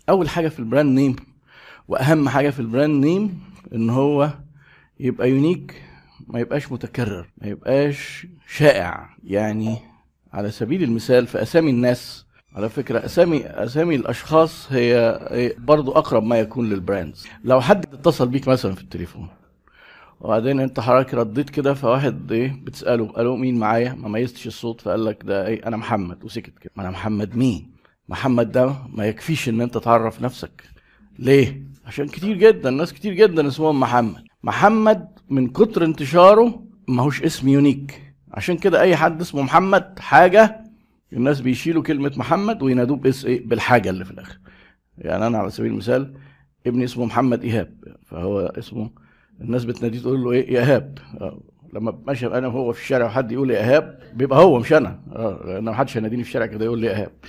اول حاجه في البراند نيم واهم حاجه في البراند نيم ان هو يبقى يونيك، ما يبقاش متكرر، ما يبقاش شائع. يعني على سبيل المثال في اسامي الناس، على فكره اسامي الاشخاص هي برضو اقرب ما يكون للبراندز. لو حد اتصل بيك مثلا في التليفون وبعدين انت حضرتك رديت كده، فواحد بتساله الو مين معايا، ما ميزتش الصوت، فقال لك ده انا محمد، وسكت كده. ما انا محمد مين؟ محمد ده ما يكفيش ان انت تعرف نفسك. ليه؟ عشان كتير جدا، ناس كتير جدا اسمهم محمد من كتر انتشاره ما هوش اسم يونيك. عشان كده اي حد اسمه محمد حاجه الناس بيشيلوا كلمه محمد وينادوه بالحاجه اللي في الاخر. يعني انا على سبيل المثال ابني اسمه محمد ايهاب، فهو اسمه الناس بتناديه تقول له يا ايهاب. لما ماشي انا وهو في الشارع وحد يقول لي ايهاب بيبقى هو مش انا، لان ما حدش هيناديني في الشارع كده يقول لي ايهاب.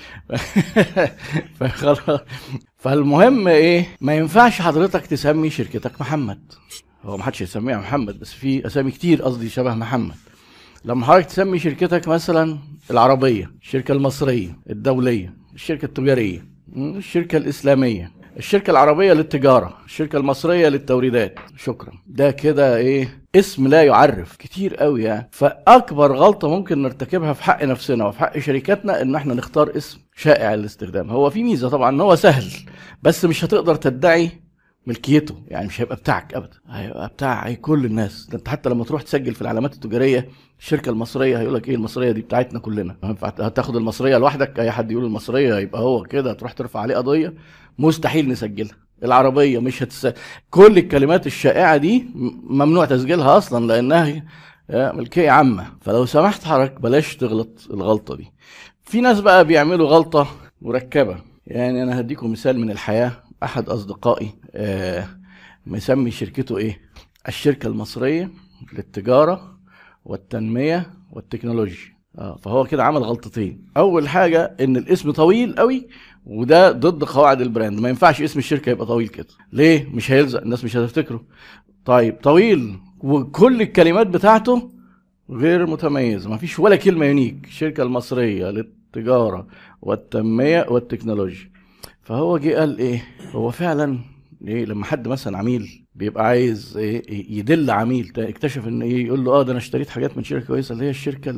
فخلاص. فالمهم ما ينفعش حضرتك تسمي شركتك محمد. هو ما حدش يسميها محمد، بس في اسامي كتير قصدي شبه محمد. لما حضرتك تسمي شركتك مثلا العربيه، الشركه المصريه الدوليه، الشركه التجاريه، الشركه الاسلاميه، الشركه العربيه للتجاره، الشركه المصريه للتوريدات، شكرا. ده كده اسم لا يعرف كتير قوي يعني. فاكبر غلطه ممكن نرتكبها في حق نفسنا وفي حق شركاتنا ان احنا نختار اسم شائع الاستخدام. هو في ميزه طبعا ان هو سهل، بس مش هتقدر تدعي ملكيته، يعني مش هيبقى بتاعك ابدا، هيبقى بتاع كل الناس. ده انت حتى لما تروح تسجل في العلامات التجاريه الشركه المصريه هيقول لك المصريه دي بتاعتنا كلنا. هتاخد المصريه لوحدك، اي حد يقول المصريه يبقى هو كده تروح ترفع عليه قضيه، مستحيل نسجلها. العربيه مش كل الكلمات الشائعه دي ممنوع تسجيلها اصلا لانها ملكيه عامه. فلو سمحت حضرتك بلاش تغلط الغلطه دي. في ناس بقى بيعملوا غلطه مركبه. يعني انا هديكم مثال من الحياه. احد اصدقائي مسمي شركته الشركه المصريه للتجاره والتنميه والتكنولوجيا. فهو كده عمل غلطتين. اول حاجه ان الاسم طويل قوي، وده ضد قواعد البراند. ما ينفعش اسم الشركه يبقى طويل كده. ليه؟ مش هيلزق، الناس مش هتفتكره. طيب طويل وكل الكلمات بتاعته غير متميزه، ما فيش ولا كلمه يونيك. الشركه المصريه للتجاره والتنميه والتكنولوجيا. فهو جه قال هو فعلا لما حد مثلا عميل بيبقى عايز يدل عميل اكتشف ان يقول له ده انا اشتريت حاجات من شركه كويسه اللي هي الشركه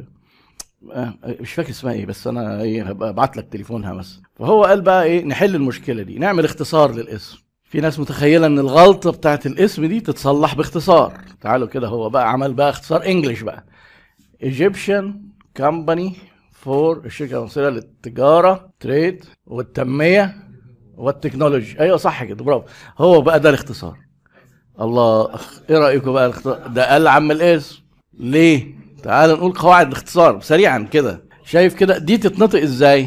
مش فاكر اسمها بس انا هبقى ابعت لك تليفونها مثلا. فهو قال بقى نحل المشكله دي، نعمل اختصار للاسم. في ناس متخيله ان الغلطه بتاعت الاسم دي تتصلح باختصار. تعالوا كده، هو بقى عمل بقى اختصار انجليش بقى، Egyptian Company فور الشركه المصريه للتجاره تريد والتنميه والتكنولوجي. ايوه صح كده، برافو. هو بقى ده الاختصار. الله، ايه رايكم بقى الاختصار ده؟ قال عم الاسم ليه؟ تعال نقول قواعد الاختصار سريعا كده. شايف كده دي تتنطق ازاي؟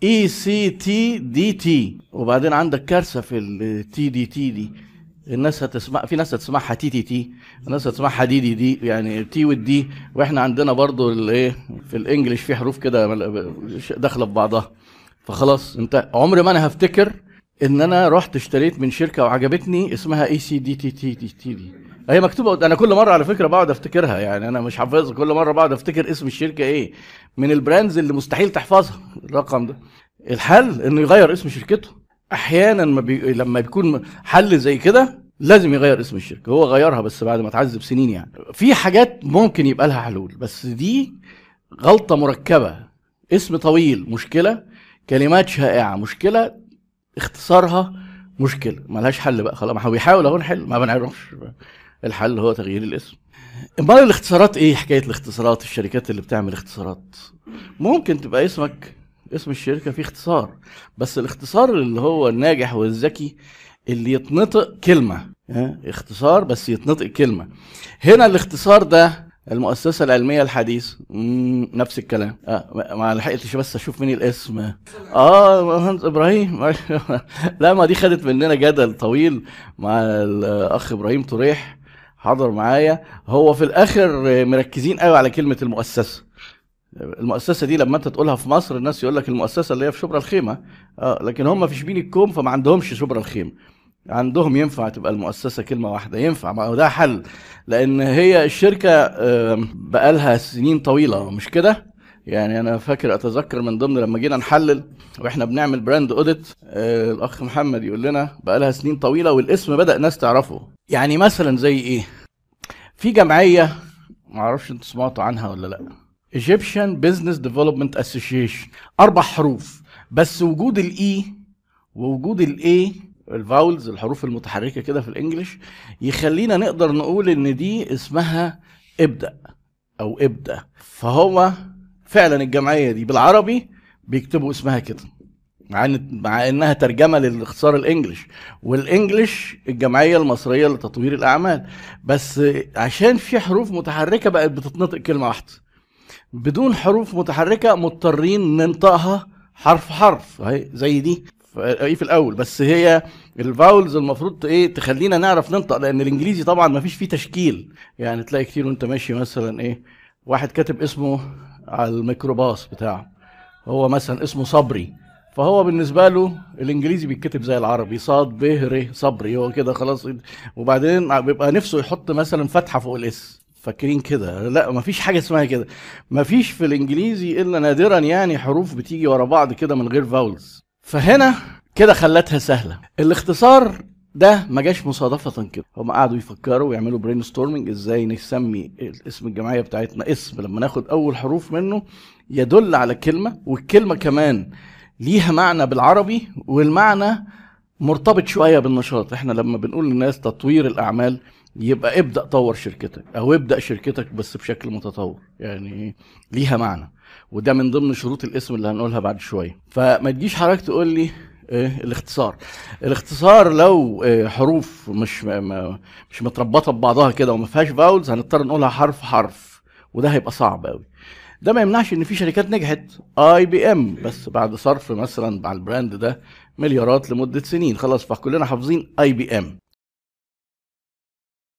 ECTDT، وبعدين عندك كارثه في التي دي تي دي. الناس هتسمع، في ناس هتسمعها TTT، الناس هتسمعها دي يعني تي والدي. واحنا عندنا برضو في الانجليش في حروف كده داخله في بعضها. فخلاص انت عمري ما انا هفتكر ان انا رحت اشتريت من شركه وعجبتني اسمها ECDTT دي. هي مكتوبه، انا كل مره على فكره بقعد افتكرها، يعني انا مش حافظها، كل مره بقعد افتكر اسم الشركه من البراندز اللي مستحيل تحفظها الرقم ده. الحل انه يغير اسم شركته. احيانا لما بيكون حل زي كده لازم يغير اسم الشركه. هو غيرها بس بعد ما تعذب سنين. يعني في حاجات ممكن يبقى لها حلول، بس دي غلطه مركبه. اسم طويل مشكله، كلمات شائعه مشكله، اختصارها مشكله، ملهاش حل بقى. خلاص ما هو بيحاول اهو نحل، ما بنعرفش. الحل هو تغيير الاسم. امال الاختصارات حكايه الاختصارات؟ الشركات اللي بتعمل اختصارات ممكن تبقى اسم الشركه فيه اختصار، بس الاختصار اللي هو الناجح والذكي اللي يتنطق كلمه. اختصار بس يتنطق كلمه. هنا الاختصار ده المؤسسة العلمية الحديث نفس الكلام. ما لحقتش بس اشوف مين الاسم. مهندس ابراهيم. لا، ما دي خدت مننا جدل طويل مع الاخ ابراهيم طريح، حضر معايا. هو في الاخر مركزين قوي على كلمة المؤسسة. المؤسسة دي لما انت تقولها في مصر الناس يقول لك المؤسسة اللي هي في شبرا الخيمة، لكن هم في شبين الكوم فما عندهمش شبرا الخيمة. عندهم ينفع تبقى المؤسسة كلمة واحدة، ينفع، ما هو ده حل. لأن هي الشركة بقالها سنين طويلة مش كده، يعني انا فاكر اتذكر من ضمن لما جينا نحلل واحنا بنعمل براند اوديت، الاخ محمد يقول لنا بقى لها سنين طويله والاسم بدا ناس تعرفه. يعني مثلا زي ايه؟ في جمعيه معرفش انتوا سمعتوا عنها ولا لا، Egyptian Business Development Association، 4 حروف بس، وجود الاي ووجود الاي الفاولز الحروف المتحركه كده في الانجليش يخلينا نقدر نقول ان دي اسمها ابدأ او ابدأ. فهو فعلا الجمعيه دي بالعربي بيكتبوا اسمها كده، مع انها ترجمه للاختصار الانجليش، والانجليش الجمعيه المصريه لتطوير الاعمال، بس عشان في حروف متحركه بقت بتتنطق كلمه واحده. بدون حروف متحركه مضطرين ننطقها حرف حرف، اهي زي دي في الاول، بس هي الفاولز المفروض تخلينا نعرف ننطق، لان الانجليزي طبعا ما فيش فيه تشكيل. يعني تلاقي كتير وانت ماشي مثلا واحد كاتب اسمه على الميكروباص بتاعه، هو مثلا اسمه صبري، فهو بالنسبه له الانجليزي بيتكتب زي العربي، صاد ب ر صبري، هو كده خلاص. وبعدين بيبقى نفسه يحط مثلا فتحه فوق الاس، فاكرين كده؟ لا، مفيش حاجه اسمها كده، مفيش في الانجليزي الا نادرا يعني حروف بتيجي ورا بعض كده من غير فاولز. فهنا كده خلتها سهله. الاختصار ده ما جاش مصادفه كده، هم قعدوا يفكروا ويعملوا برين ستورمنج ازاي نسمي اسم الجمعيه بتاعتنا، اسم لما ناخد اول حروف منه يدل على كلمه، والكلمه كمان ليها معنى بالعربي، والمعنى مرتبط شويه بالنشاط. احنا لما بنقول للناس تطوير الاعمال يبقى ابدا طور شركتك، او ابدا شركتك بس بشكل متطور، يعني ليها معنى، وده من ضمن شروط الاسم اللي هنقولها بعد شويه. فما تجيش حضرتك تقول لي الاختصار لو حروف مش متربطه ببعضها كده وما فيهاش فاولز هنضطر نقولها حرف حرف، وده هيبقى صعب قوي. ده ما يمنعش ان في شركات نجحت، IBM بس بعد صرف مثلا على البراند ده مليارات لمده سنين، خلاص فكلنا حافظين IBM.